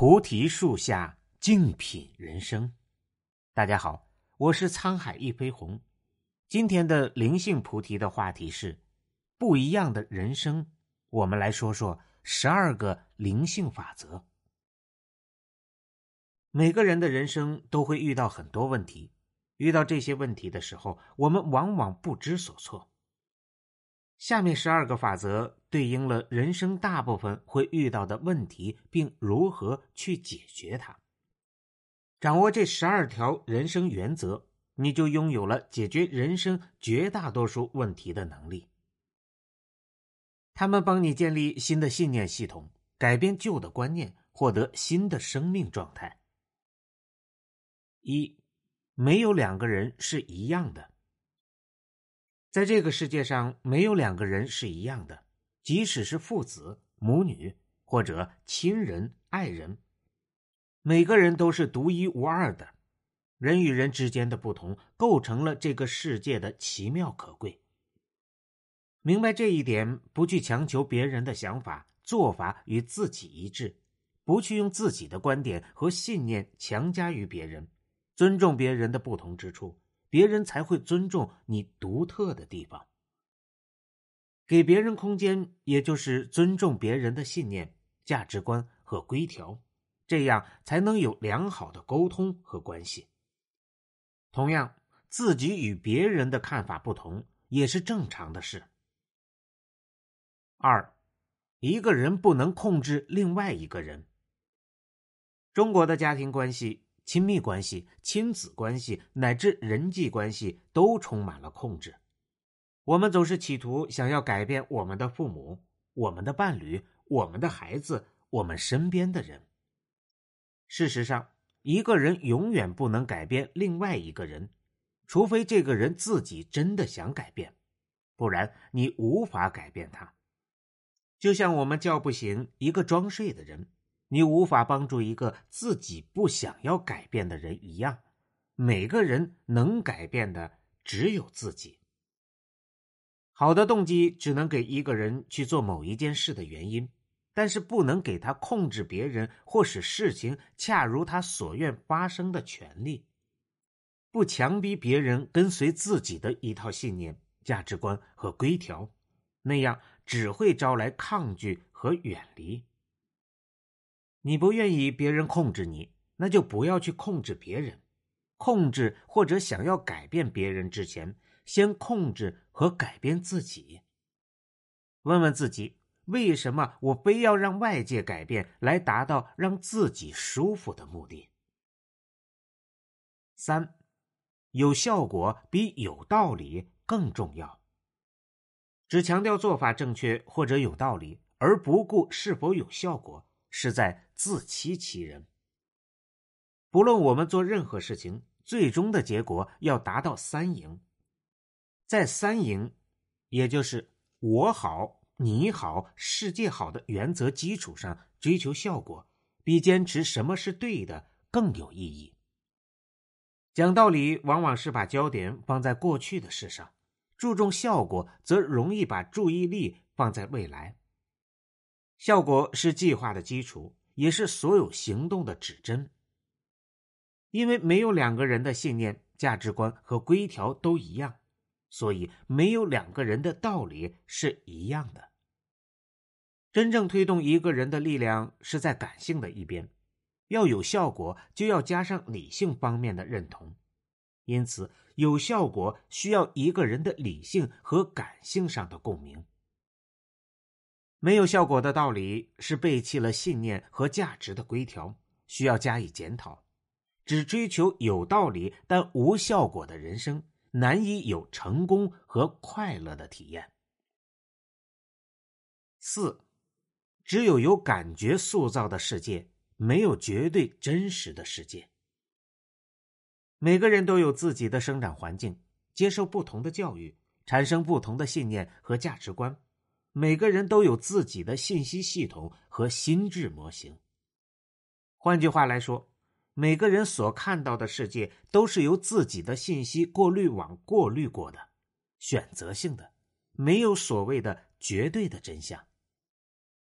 菩提树下静品人生。大家好，我是沧海一飞鸿。今天的灵性菩提的话题是不一样的人生，我们来说说12个灵性法则。每个人的人生都会遇到很多问题，遇到这些问题的时候，我们往往不知所措。下面12个法则对应了人生大部分会遇到的问题，并如何去解决它。掌握这12条人生原则，你就拥有了解决人生绝大多数问题的能力。他们帮你建立新的信念系统，改变旧的观念，获得新的生命状态。1. 没有两个人是一样的。在这个世界上，没有两个人是一样的，即使是父子、母女或者亲人、爱人，每个人都是独一无二的。人与人之间的不同，构成了这个世界的奇妙可贵。明白这一点，不去强求别人的想法、做法与自己一致，不去用自己的观点和信念强加于别人，尊重别人的不同之处，别人才会尊重你独特的地方。给别人空间，也就是尊重别人的信念、价值观和规条，这样才能有良好的沟通和关系。同样，自己与别人的看法不同，也是正常的事。2. 一个人不能控制另外一个人。中国的家庭关系、亲密关系、亲子关系乃至人际关系都充满了控制。我们总是企图想要改变我们的父母、我们的伴侣、我们的孩子、我们身边的人。事实上，一个人永远不能改变另外一个人，除非这个人自己真的想改变，不然你无法改变他。就像我们叫不醒一个装睡的人，你无法帮助一个自己不想要改变的人一样，每个人能改变的只有自己。好的动机只能给一个人去做某一件事的原因，但是不能给他控制别人或使事情恰如他所愿发生的权利。不强逼别人跟随自己的一套信念、价值观和规条，那样只会招来抗拒和远离。你不愿意别人控制你，那就不要去控制别人。控制或者想要改变别人之前，先控制和改变自己。问问自己，为什么我非要让外界改变来达到让自己舒服的目的？3. 有效果比有道理更重要。只强调做法正确或者有道理，而不顾是否有效果，是在自欺欺人。不论我们做任何事情，最终的结果要达到3赢。在3赢，也就是我好、你好、世界好的原则基础上追求效果，比坚持什么是对的更有意义。讲道理往往是把焦点放在过去的事上，注重效果则容易把注意力放在未来。效果是计划的基础，也是所有行动的指针。因为没有两个人的信念、价值观和规条都一样，所以没有两个人的道理是一样的。真正推动一个人的力量是在感性的一边，要有效果就要加上理性方面的认同。因此，有效果需要一个人的理性和感性上的共鸣。没有效果的道理是背弃了信念和价值的规条，需要加以检讨。只追求有道理但无效果的人生，难以有成功和快乐的体验。4. 只有感觉塑造的世界，没有绝对真实的世界。每个人都有自己的生长环境，接受不同的教育，产生不同的信念和价值观。每个人都有自己的信息系统和心智模型。换句话来说，每个人所看到的世界都是由自己的信息过滤网过滤过的，选择性的，没有所谓的绝对的真相。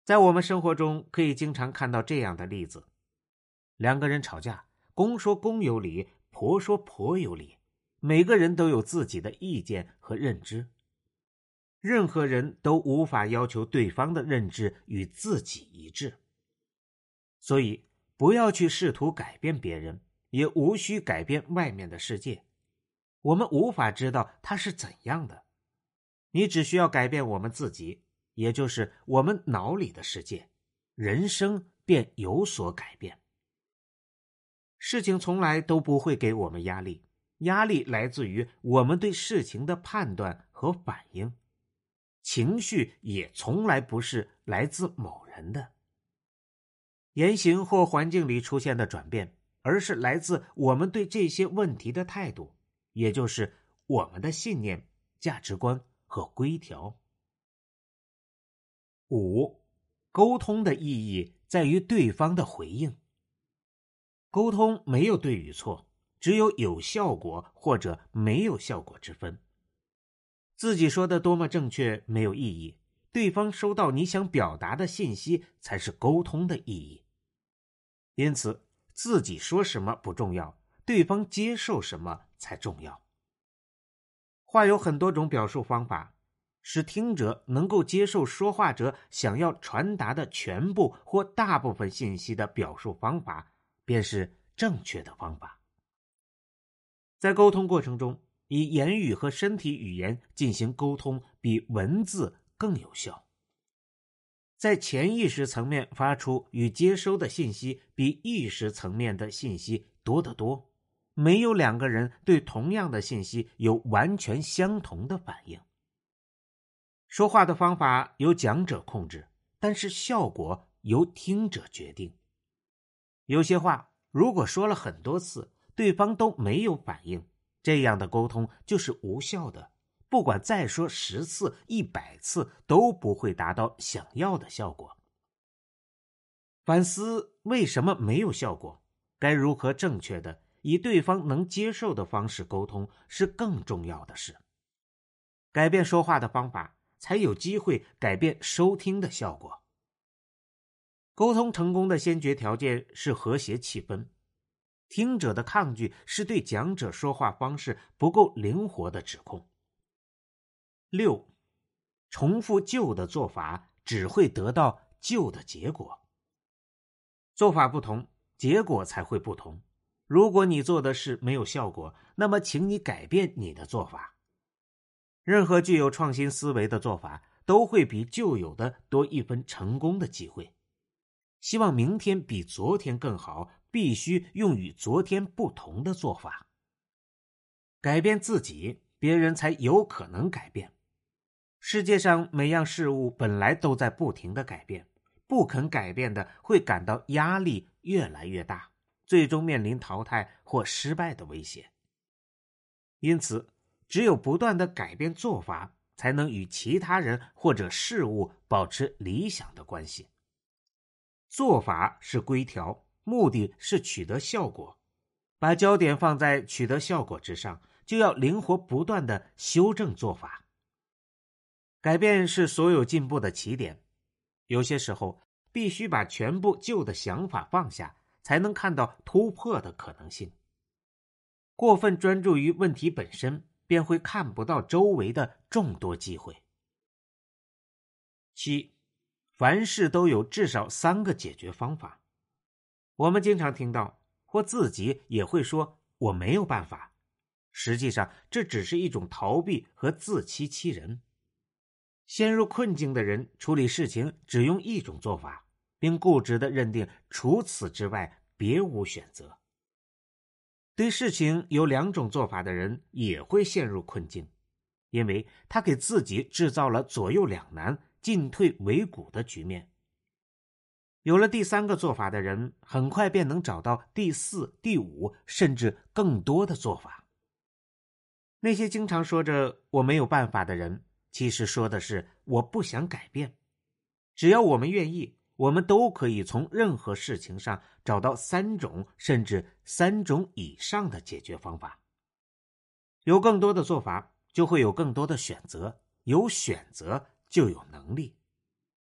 在我们生活中可以经常看到这样的例子：两个人吵架，公说公有理，婆说婆有理，每个人都有自己的意见和认知，任何人都无法要求对方的认知与自己一致。所以不要去试图改变别人，也无需改变外面的世界，我们无法知道它是怎样的。你只需要改变我们自己，也就是我们脑里的世界，人生便有所改变。事情从来都不会给我们压力，压力来自于我们对事情的判断和反应。情绪也从来不是来自某人的。言行或环境里出现的转变，而是来自我们对这些问题的态度，也就是我们的信念、价值观和规条。5. 沟通的意义在于对方的回应。沟通没有对与错，只有有效果或者没有效果之分。自己说的多么正确没有意义，对方收到你想表达的信息才是沟通的意义。因此，自己说什么不重要，对方接受什么才重要。话有很多种表述方法，使听者能够接受说话者想要传达的全部或大部分信息的表述方法，便是正确的方法。在沟通过程中，以言语和身体语言进行沟通比文字更有效。在潜意识层面发出与接收的信息比意识层面的信息多得多，没有两个人对同样的信息有完全相同的反应。说话的方法由讲者控制，但是效果由听者决定。有些话如果说了很多次，对方都没有反应，这样的沟通就是无效的，不管再说10次、100次都不会达到想要的效果。反思为什么没有效果，该如何正确的以对方能接受的方式沟通是更重要的事。改变说话的方法，才有机会改变收听的效果。沟通成功的先决条件是和谐气氛。听者的抗拒是对讲者说话方式不够灵活的指控。6. 重复旧的做法只会得到旧的结果。做法不同，结果才会不同。如果你做的事没有效果，那么请你改变你的做法。任何具有创新思维的做法都会比旧有的多一分成功的机会。希望明天比昨天更好，必须用与昨天不同的做法。改变自己，别人才有可能改变。世界上每样事物本来都在不停的改变，不肯改变的会感到压力越来越大，最终面临淘汰或失败的威胁。因此，只有不断的改变做法，才能与其他人或者事物保持理想的关系。做法是规条，目的是取得效果。把焦点放在取得效果之上，就要灵活不断的修正做法。改变是所有进步的起点，有些时候必须把全部旧的想法放下，才能看到突破的可能性。过分专注于问题本身，便会看不到周围的众多机会。7. 凡事都有至少3个解决方法。我们经常听到，或自己也会说我没有办法，实际上这只是一种逃避和自欺欺人。陷入困境的人处理事情只用一种做法，并固执地认定除此之外别无选择。对事情有2种做法的人也会陷入困境，因为他给自己制造了左右两难、进退维谷的局面。有了第3个做法的人，很快便能找到第4、第5，甚至更多的做法。那些经常说着我没有办法的人，其实说的是我不想改变。只要我们愿意，我们都可以从任何事情上找到3种甚至3种以上的解决方法。有更多的做法，就会有更多的选择，有选择就有能力。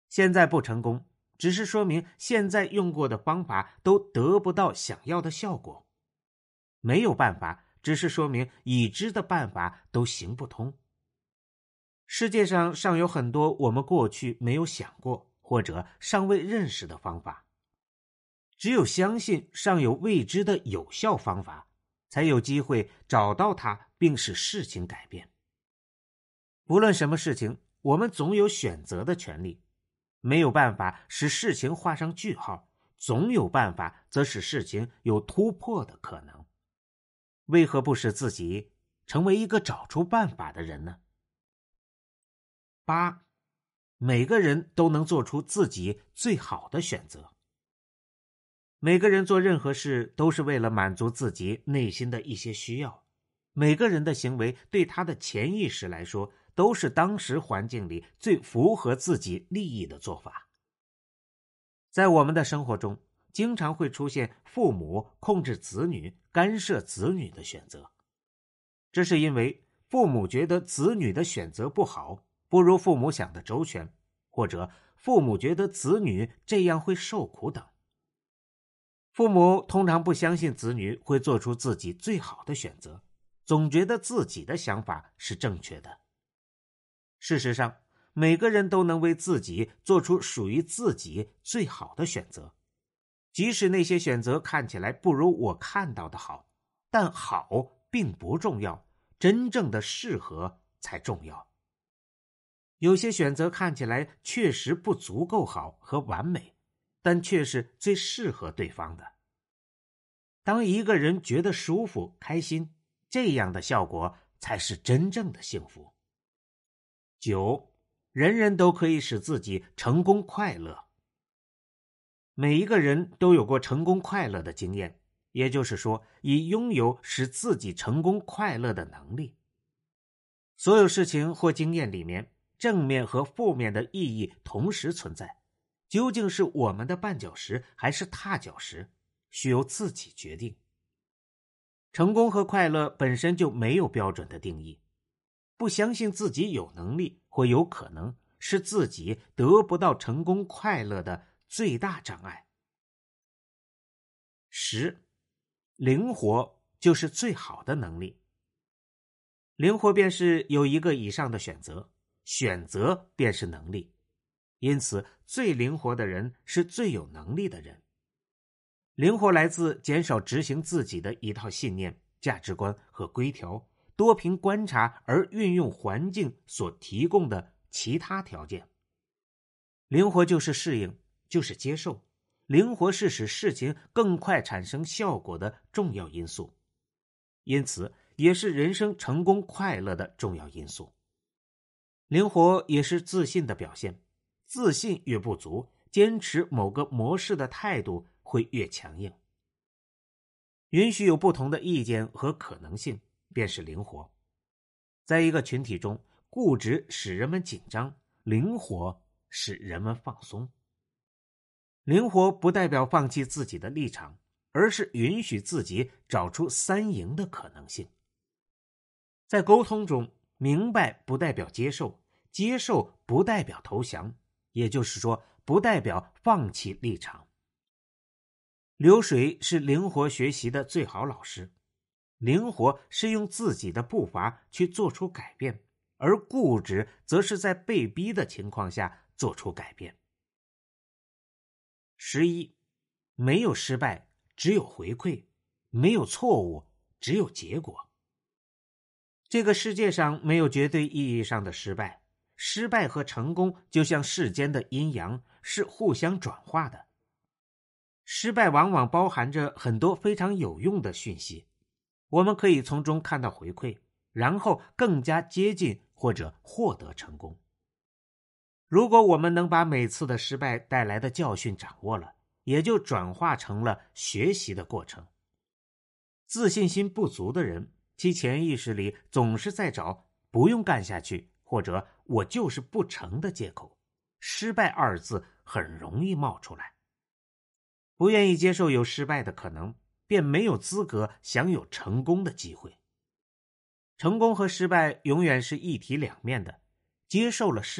现在不成功，只是说明现在用过的方法都得不到想要的效果。没有办法，只是说明已知的办法都行不通。世界上尚有很多我们过去没有想过或者尚未认识的方法。只有相信尚有未知的有效方法，才有机会找到它并使事情改变。不论什么事情，我们总有选择的权利。没有办法使事情画上句号，总有办法则使事情有突破的可能。为何不使自己成为一个找出办法的人呢？8. 每个人都能做出自己最好的选择。每个人做任何事都是为了满足自己内心的一些需要。每个人的行为对他的潜意识来说，都是当时环境里最符合自己利益的做法。在我们的生活中，经常会出现父母控制子女、干涉子女的选择。这是因为父母觉得子女的选择不好，不如父母想的周全，或者父母觉得子女这样会受苦等。父母通常不相信子女会做出自己最好的选择，总觉得自己的想法是正确的。事实上，每个人都能为自己做出属于自己最好的选择，即使那些选择看起来不如我看到的好，但好并不重要，真正的适合才重要。有些选择看起来确实不足够好和完美，但却是最适合对方的。当一个人觉得舒服、开心，这样的效果才是真正的幸福。9. 人人都可以使自己成功快乐。每一个人都有过成功快乐的经验，也就是说，已拥有使自己成功快乐的能力。所有事情或经验里面，正面和负面的意义同时存在，究竟是我们的绊脚石还是踏脚石，需由自己决定。成功和快乐本身就没有标准的定义，不相信自己有能力或有可能，是自己得不到成功快乐的最大障碍。10. 灵活就是最好的能力。灵活便是有一个以上的选择，选择便是能力。因此，最灵活的人是最有能力的人。灵活来自减少执行自己的一套信念、价值观和规条，多凭观察而运用环境所提供的其他条件。灵活就是适应，就是接受。灵活是使事情更快产生效果的重要因素，因此也是人生成功快乐的重要因素。灵活也是自信的表现，自信越不足，坚持某个模式的态度会越强硬。允许有不同的意见和可能性，便是灵活。在一个群体中，固执使人们紧张，灵活使人们放松。灵活不代表放弃自己的立场，而是允许自己找出三赢的可能性。在沟通中，明白不代表接受，接受不代表投降，也就是说，不代表放弃立场。流水是灵活学习的最好老师。灵活是用自己的步伐去做出改变，而固执则是在被逼的情况下做出改变。11. 没有失败，只有回馈；没有错误，只有结果。这个世界上没有绝对意义上的失败，失败和成功就像世间的阴阳，是互相转化的。失败往往包含着很多非常有用的讯息，我们可以从中看到回馈，然后更加接近或者获得成功。如果我们能把每次的失败带来的教训掌握了，也就转化成了学习的过程。自信心不足的人，其潜意识里总是在找不用干下去或者我就是不成的借口，失败二字很容易冒出来。不愿意接受有失败的可能，便没有资格享有成功的机会。成功和失败永远是一体两面的，接受了失败，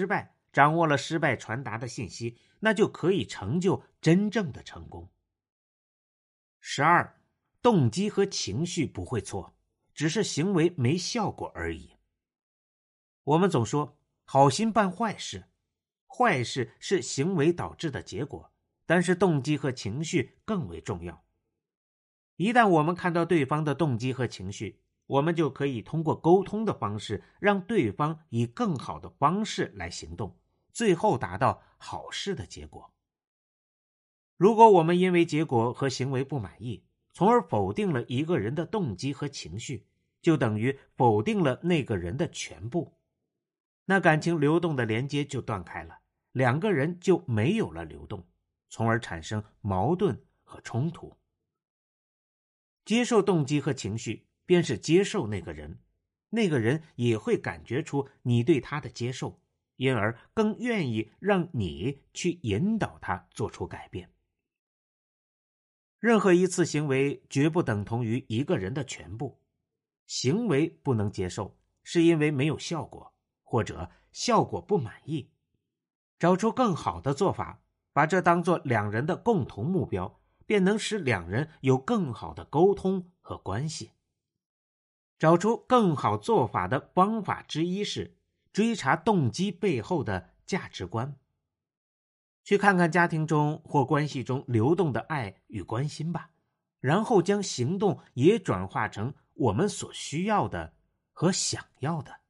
掌握了失败传达的信息，那就可以成就真正的成功。12. 动机和情绪不会错，只是行为没效果而已。我们总说好心办坏事，坏事是行为导致的结果，但是动机和情绪更为重要。一旦我们看到对方的动机和情绪，我们就可以通过沟通的方式，让对方以更好的方式来行动，最后达到好事的结果。如果我们因为结果和行为不满意，从而否定了一个人的动机和情绪，就等于否定了那个人的全部。那感情流动的连接就断开了，两个人就没有了流动，从而产生矛盾和冲突。接受动机和情绪，便是接受那个人，那个人也会感觉出你对他的接受，因而更愿意让你去引导他做出改变。任何一次行为绝不等同于一个人的全部。行为不能接受，是因为没有效果，或者效果不满意。找出更好的做法，把这当作两人的共同目标，便能使两人有更好的沟通和关系。找出更好做法的方法之一是追查动机背后的价值观。去看看家庭中或关系中流动的爱与关心吧，然后将行动也转化成我们所需要的和想要的。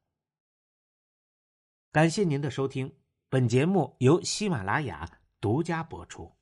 感谢您的收听，本节目由喜马拉雅独家播出。